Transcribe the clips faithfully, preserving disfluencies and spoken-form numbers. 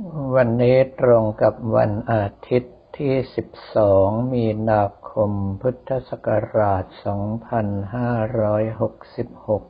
วันนี้ตรงกับวันอาทิตย์ที่สิบสองมีนาคมพุทธศักราชสองพันห้าร้อยหกสิบหก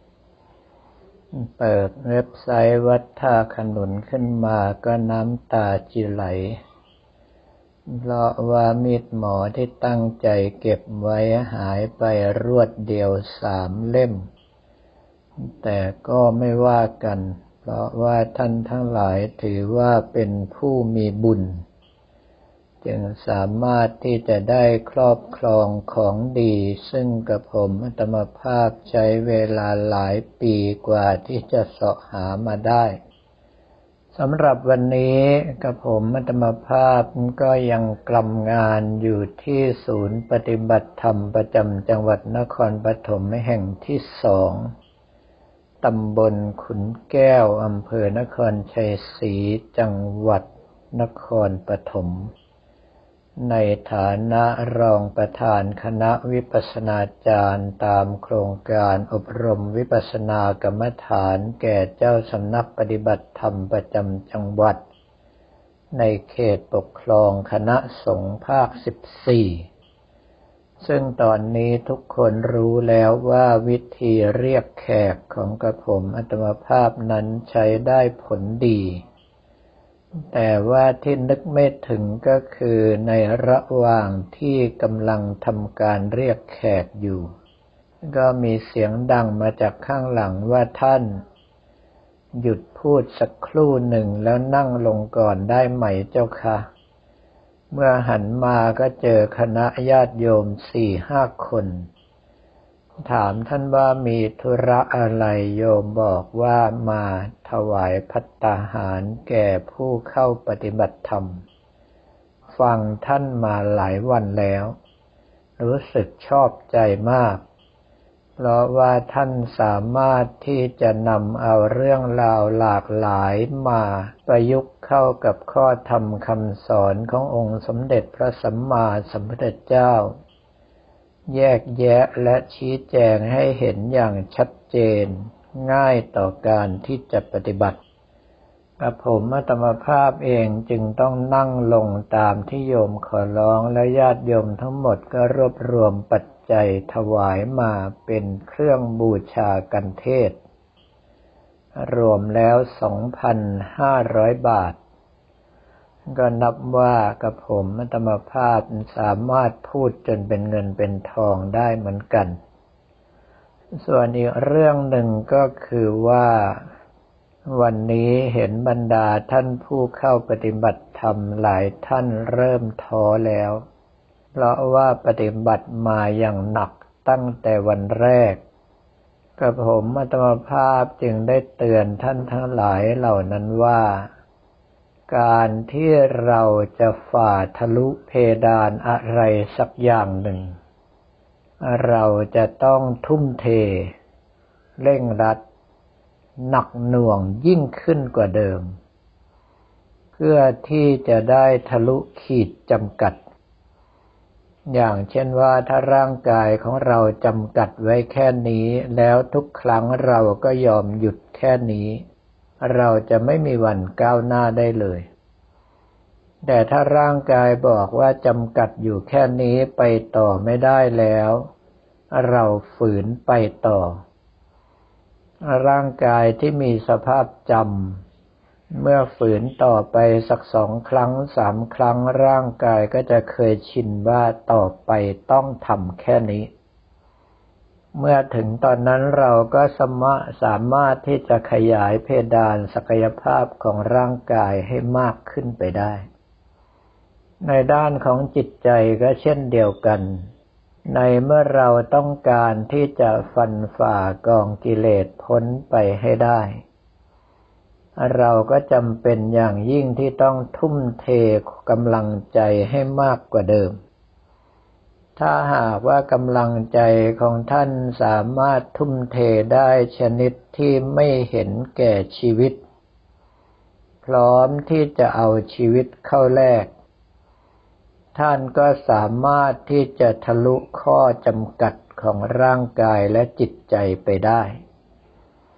เปิดเว็บไซต์วัดท่าขนุนขึ้นมาก็น้ำตาจิไหลเพราะว่ามีดหมอที่ตั้งใจเก็บไว้หายไปรวดเดียวสามเล่มแต่ก็ไม่ว่ากันเพราะว่าท่านทั้งหลายถือว่าเป็นผู้มีบุญจึงสามารถที่จะได้ครอบครองของดีซึ่งกระผมอาตมาภาพใช้เวลาหลายปีกว่าที่จะเสาะหามาได้สำหรับวันนี้กระผมอาตมาภาพก็ยังกลำงานอยู่ที่ศูนย์ปฏิบัติธรรมประจำจังหวัดนครปฐมแห่งที่สองตำบลขุนแก้วอำเภอนครชัยศรีจังหวัดนครปฐมในฐานะรองประธานคณะวิปัสสนาจารย์ตามโครงการอบรมวิปัสสนากรรมฐานแก่เจ้าสำนักปฏิบัติธรรมประจำจังหวัดในเขตปกครองคณะสงฆ์ภาคสิบสี่ซึ่งตอนนี้ทุกคนรู้แล้วว่าวิธีเรียกแขกของกระผมอาตมาภาพนั้นใช้ได้ผลดีแต่ว่าที่นึกไม่ถึงก็คือในระหว่างที่กำลังทำการเรียกแขกอยู่ก็มีเสียงดังมาจากข้างหลังว่าท่านหยุดพูดสักครู่หนึ่งแล้วนั่งลงก่อนได้ไหมเจ้าค่ะเมื่อหันมาก็เจอคณะญาติโยมสี่ห้าคนถามท่านว่ามีธุระอะไรโยมบอกว่ามาถวายภัตตาหารแก่ผู้เข้าปฏิบัติธรรมฟังท่านมาหลายวันแล้วรู้สึกชอบใจมากเพราะว่าท่านสามารถที่จะนำเอาเรื่องราวหลากหลายมาประยุกต์เข้ากับข้อธรรมคำสอนขององค์สมเด็จพระสัมมาสัมพุทธเจ้าแยกแยะและชี้แจงให้เห็นอย่างชัดเจนง่ายต่อการที่จะปฏิบัติกระผมอาตมาภาพเองจึงต้องนั่งลงตามที่โยมขอร้องและญาติโยมทั้งหมดก็รวบรวมปัจจัยถวายมาเป็นเครื่องบูชากันเทศรวมแล้ว สองพันห้าร้อย บาทก็นับว่ากระผมอาตมาภาพสามารถพูดจนเป็นเงินเป็นทองได้เหมือนกันส่วนอีกเรื่องหนึ่งก็คือว่าวันนี้เห็นบรรดาท่านผู้เข้าปฏิบัติธรรมหลายท่านเริ่มท้อแล้วเพราะว่าปฏิบัติมาอย่างหนักตั้งแต่วันแรกกระผมอาตมาภาพจึงได้เตือนท่านทั้งหลายเหล่านั้นว่าการที่เราจะฝ่าทะลุเพดานอะไรสักอย่างหนึ่งเราจะต้องทุ่มเทเร่งรัดหนักหน่วงยิ่งขึ้นกว่าเดิมเพื่อที่จะได้ทะลุขีดจำกัดอย่างเช่นว่าถ้าร่างกายของเราจำกัดไว้แค่นี้แล้วทุกครั้งเราก็ยอมหยุดแค่นี้เราจะไม่มีวันก้าวหน้าได้เลยแต่ถ้าร่างกายบอกว่าจำกัดอยู่แค่นี้ไปต่อไม่ได้แล้วเราฝืนไปต่อร่างกายที่มีสภาพจำเมื่อฝืนต่อไปสักสองครั้งสามครั้งร่างกายก็จะเคยชินว่าต่อไปต้องทำแค่นี้เมื่อถึงตอนนั้นเราก็สามารถสามารถที่จะขยายเพดานศักยภาพของร่างกายให้มากขึ้นไปได้ในด้านของจิตใจก็เช่นเดียวกันในเมื่อเราต้องการที่จะฟันฝ่ากองกิเลสพ้นไปให้ได้เราก็จำเป็นอย่างยิ่งที่ต้องทุ่มเทกำลังใจให้มากกว่าเดิมถ้าหากว่ากำลังใจของท่านสามารถทุ่มเทได้ชนิดที่ไม่เห็นแก่ชีวิตพร้อมที่จะเอาชีวิตเข้าแลกท่านก็สามารถที่จะทะลุข้อจำกัดของร่างกายและจิตใจไปได้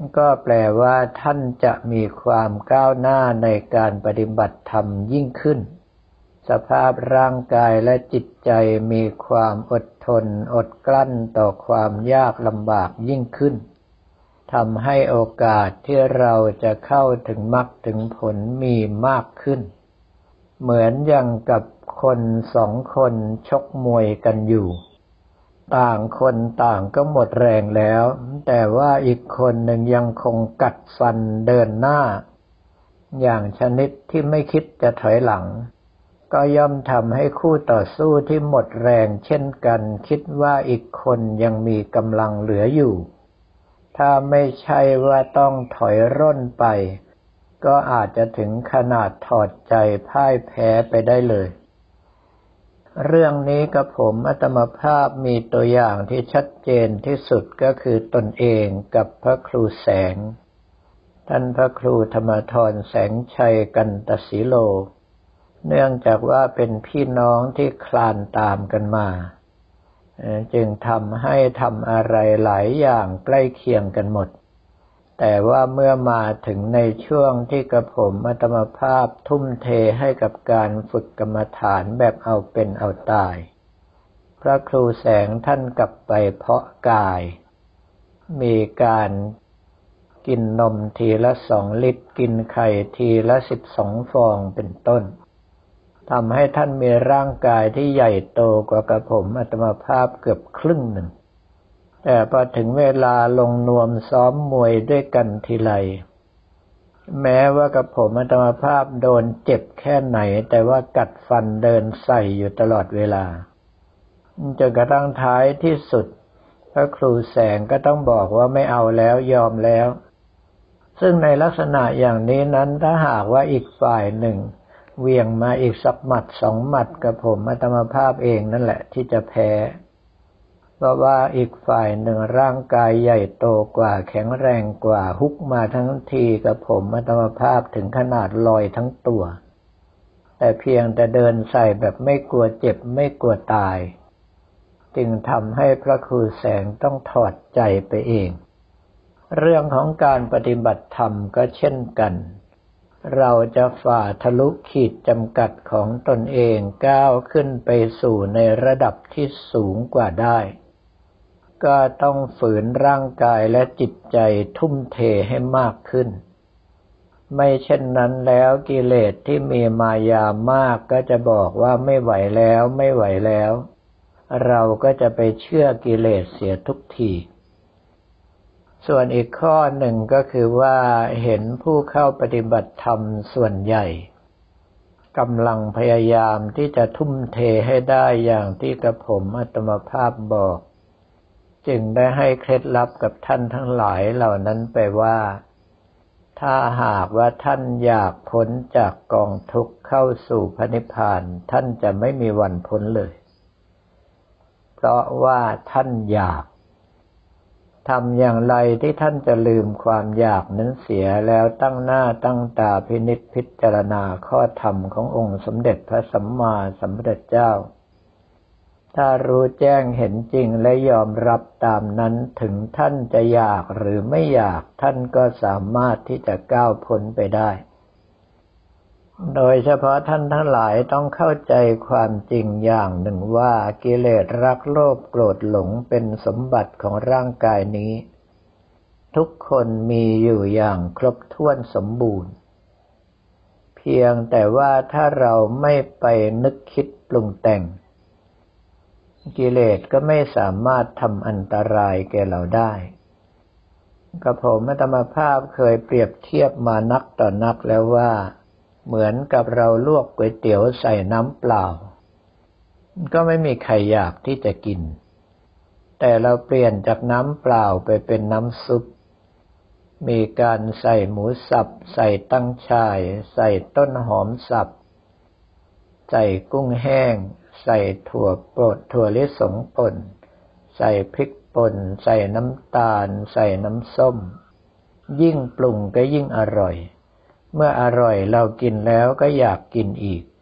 ก็แปลว่าท่านจะมีความก้าวหน้าในการปฏิบัติธรรมยิ่งขึ้นสภาพร่างกายและจิตใจมีความอดทนอดกลั้นต่อความยากลำบากยิ่งขึ้นทำให้โอกาสที่เราจะเข้าถึงมรรคถึงผลมีมากขึ้นเหมือนอย่างกับคนสองคนชกมวยกันอยู่ต่างคนต่างก็หมดแรงแล้วแต่ว่าอีกคนหนึ่งยังคงกัดฟันเดินหน้าอย่างชนิดที่ไม่คิดจะถอยหลังก็ย่อมทำให้คู่ต่อสู้ที่หมดแรงเช่นกันคิดว่าอีกคนยังมีกำลังเหลืออยู่ถ้าไม่ใช่ว่าต้องถอยร่นไปก็อาจจะถึงขนาดถอดใจพ่ายแพ้ไปได้เลยเรื่องนี้กับผมอาตมาภาพมีตัวอย่างที่ชัดเจนที่สุดก็คือตนเองกับพระครูแสงท่านพระครูธรรมธรแสงชัยกันตศิโลเนื่องจากว่าเป็นพี่น้องที่คลานตามกันมาจึงทำให้ทำอะไรหลายอย่างใกล้เคียงกันหมดแต่ว่าเมื่อมาถึงในช่วงที่กระผมอาตมาภาพทุ่มเทให้กับการฝึกกรรมฐานแบบเอาเป็นเอาตายพระครูแสงท่านกลับไปเพาะกายมีการกินนมทีละสองลิตรกินไข่ทีละสิบสองฟองเป็นต้นทำให้ท่านมีร่างกายที่ใหญ่โตกว่ากระผมอาตมาภาพเกือบครึ่งหนึ่งแต่พอถึงเวลาลงนวมซ้อมมวยด้วยกันทีไรแม้ว่ากระผมอาตมาภาพโดนเจ็บแค่ไหนแต่ว่ากัดฟันเดินใส่อยู่ตลอดเวลาจนกระทั่งท้ายที่สุดพระครูแสงก็ต้องบอกว่าไม่เอาแล้วยอมแล้วซึ่งในลักษณะอย่างนี้นั้นถ้าหากว่าอีกฝ่ายหนึ่งเวียงมาอีกสักหมัดสองหมัดกับผมอาตมาภาพเองนั่นแหละที่จะแพ้เพราะว่าอีกฝ่ายหนึ่งร่างกายใหญ่โตกว่าแข็งแรงกว่าฮุกมาทั้งทีกับผมอาตมาภาพถึงขนาดลอยทั้งตัวแต่เพียงแต่เดินใส่แบบไม่กลัวเจ็บไม่กลัวตายจึงทำให้พระครูแสงต้องถอดใจไปเองเรื่องของการปฏิบัติธรรมก็เช่นกันเราจะฝ่าทะลุขีดจำกัดของตนเองก้าวขึ้นไปสู่ในระดับที่สูงกว่าได้ก็ต้องฝืนร่างกายและจิตใจทุ่มเทให้มากขึ้นไม่เช่นนั้นแล้วกิเลสที่มีมายามากก็จะบอกว่าไม่ไหวแล้วไม่ไหวแล้วเราก็จะไปเชื่อกิเลสเสียทุกทีส่วนอีกข้อหนึ่งก็คือว่าเห็นผู้เข้าปฏิบัติธรรมส่วนใหญ่กำลังพยายามที่จะทุ่มเทให้ได้อย่างที่กระผมอาตมาภาพบอกจึงได้ให้เคล็ดลับกับท่านทั้งหลายเหล่านั้นไปว่าถ้าหากว่าท่านอยากพ้นจากกองทุกข์เข้าสู่พระนิพพานท่านจะไม่มีวันพ้นเลยเพราะว่าท่านอยากทำอย่างไรที่ท่านจะลืมความอยากนั้นเสียแล้วตั้งหน้าตั้งตาพินิจพิจารณาข้อธรรมขององค์สมเด็จพระสัมมาสัมพุทธเจ้าถ้ารู้แจ้งเห็นจริงและยอมรับตามนั้นถึงท่านจะอยากหรือไม่อยากท่านก็สามารถที่จะก้าวพ้นไปได้โดยเฉพาะท่านทั้งหลายต้องเข้าใจความจริงอย่างหนึ่งว่ากิเลสรักโลภโกรธหลงเป็นสมบัติของร่างกายนี้ทุกคนมีอยู่อย่างครบถ้วนสมบูรณ์เพียงแต่ว่าถ้าเราไม่ไปนึกคิดปรุงแต่งกิเลสก็ไม่สามารถทำอันตรายแก่เราได้กระผมอาตมาภาพเคยเปรียบเทียบมานักต่อนักแล้วว่าเหมือนกับเราลวกก๋วยเตี๋ยวใส่น้ำเปล่าก็ไม่มีใครอยากที่จะกินแต่เราเปลี่ยนจากน้ำเปล่าไปเป็นน้ำซุปมีการใส่หมูสับใส่ตั้งช่ายใส่ต้นหอมสับใส่กุ้งแห้งใส่ถั่วป่นถั่วลิสงป่นใส่พริกป่นใส่น้ำตาลใส่น้ำส้มยิ่งปรุงก็ยิ่งอร่อยเมื่ออร่อยเรากินแล้วก็อยากกินอีก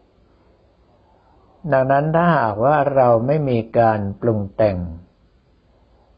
ดังนั้นถ้าหากว่าเราไม่มีการปรุงแต่ง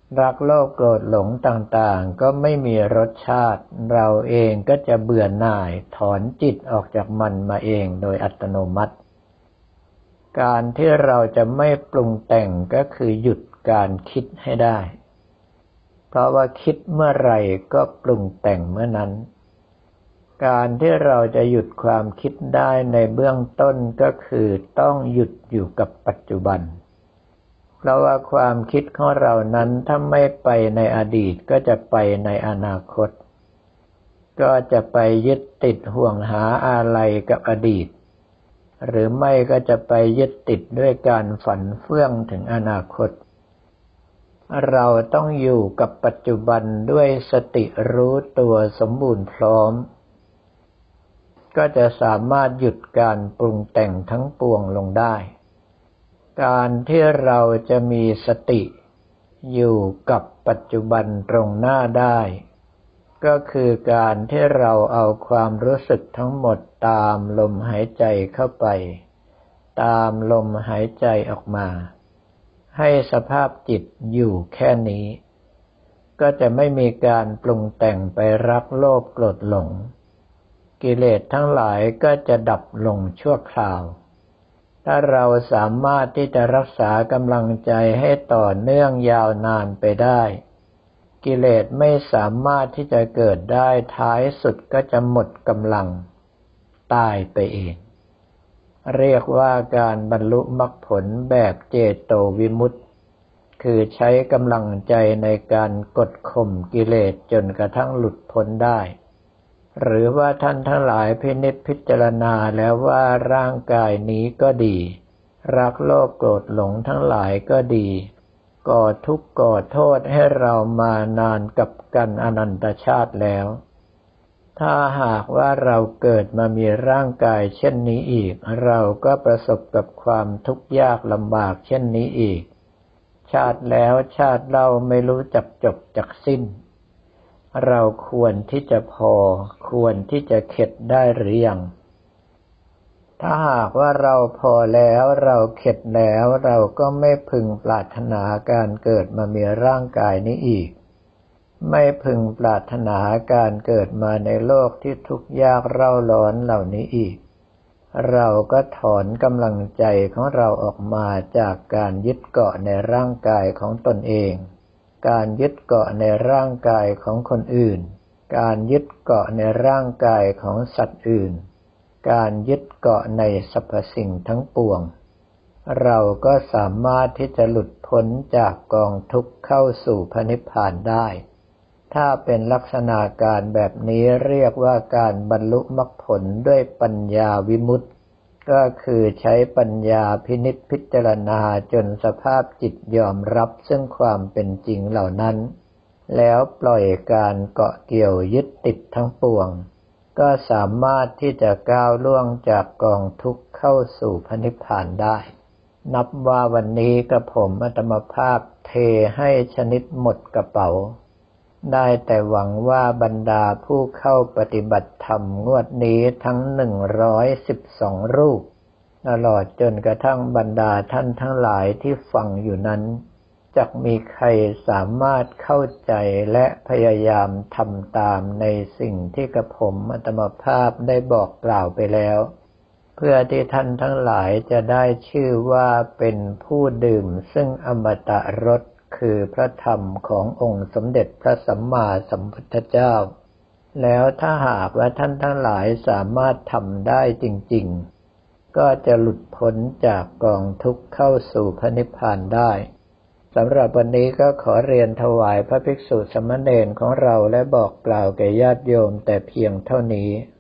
รักโลภโกรธหลงต่างๆก็ไม่มีรสชาติเราเองก็จะเบื่อหน่ายถอนจิตออกจากมันมาเองโดยอัตโนมัติการที่เราจะไม่ปรุงแต่งก็คือหยุดการคิดให้ได้เพราะว่าคิดเมื่อไหร่ก็ปรุงแต่งเมื่อนั้นการที่เราจะหยุดความคิดได้ในเบื้องต้นก็คือต้องหยุดอยู่กับปัจจุบันเพราะว่าความคิดของเรานั้นถ้าไม่ไปในอดีตก็จะไปในอนาคตก็จะไปยึดติดห่วงหาอะไรกับอดีตหรือไม่ก็จะไปยึดติดด้วยการฝันเฟื่องถึงอนาคตเราต้องอยู่กับปัจจุบันด้วยสติรู้ตัวสมบูรณ์พร้อมก็จะสามารถหยุดการปรุงแต่งทั้งปวงลงได้การที่เราจะมีสติอยู่กับปัจจุบันตรงหน้าได้ก็คือการที่เราเอาความรู้สึกทั้งหมดตามลมหายใจเข้าไปตามลมหายใจออกมาให้สภาพจิตอยู่แค่นี้ก็จะไม่มีการปรุงแต่งไปรักโลภโกรธหลงกิเลสทั้งหลายก็จะดับลงชั่วคราวถ้าเราสามารถที่จะรักษากำลังใจให้ต่อเนื่องยาวนานไปได้กิเลสไม่สามารถที่จะเกิดได้ท้ายสุดก็จะหมดกำลังตายไปเองเรียกว่าการบรรลุมรรคผลแบบเจโตวิมุตติคือใช้กำลังใจในการกดข่มกิเลสจนกระทั่งหลุดพ้นได้หรือว่าท่านทั้งหลายพินิจพิจารณาแล้วว่าร่างกายนี้ก็ดีรักโลภโกรธหลงทั้งหลายก็ดีก่อทุกข์ก่อโทษให้เรามานานกับกันอนันตชาติแล้วถ้าหากว่าเราเกิดมามีร่างกายเช่นนี้อีกเราก็ประสบกับความทุกข์ยากลำบากเช่นนี้อีกชาติแล้วชาติเล่าไม่รู้จักจบจักสิ้นเราควรที่จะพอควรที่จะเข็ดได้หรือยังถ้าหากว่าเราพอแล้วเราเข็ดแล้วเราก็ไม่พึงปรารถนาการเกิดมามีร่างกายนี้อีกไม่พึงปรารถนาการเกิดมาในโลกที่ทุกข์ยากเร่าร้อนเหล่านี้อีกเราก็ถอนกำลังใจของเราออกมาจากการยึดเกาะในร่างกายของตนเองการยึดเกาะในร่างกายของคนอื่นการยึดเกาะในร่างกายของสัตว์อื่นการยึดเกาะในสรรพสิ่งทั้งปวงเราก็สามารถที่จะหลุดพ้นจากกองทุกข์เข้าสู่พระนิพพานได้ถ้าเป็นลักษณะการแบบนี้เรียกว่าการบรรลุมรรคผลด้วยปัญญาวิมุตติก็คือใช้ปัญญาพินิจพิจารณาจนสภาพจิตยอมรับซึ่งความเป็นจริงเหล่านั้นแล้วปล่อยการเกาะเกี่ยวยึดติดทั้งปวงก็สามารถที่จะก้าวล่วงจากกองทุกข์เข้าสู่พระนิพพานได้นับว่าวันนี้กระผมอาตมาภาพเทให้ชนิดหมดกระเป๋าได้แต่หวังว่าบรรดาผู้เข้าปฏิบัติธรรมงวดนี้ทั้งหนึ่งร้อยสิบสองรูปตลอดจนกระทั่งบรรดาท่านทั้งหลายที่ฟังอยู่นั้นจักมีใครสามารถเข้าใจและพยายามทำตามในสิ่งที่กระผมอาตมาภาพได้บอกกล่าวไปแล้วเพื่อที่ท่านทั้งหลายจะได้ชื่อว่าเป็นผู้ดื่มซึ่งอมตะรสคือพระธรรมขององค์สมเด็จพระสัมมาสัมพุทธเจ้าแล้วถ้าหากว่าท่านทั้งหลายสามารถทำได้จริงๆก็จะหลุดพ้นจากกองทุกข์เข้าสู่พระนิพพานได้สำหรับวันนี้ก็ขอเรียนถวายพระภิกษุสามเณรของเราและบอกกล่าวแก่ญาติโยมแต่เพียงเท่านี้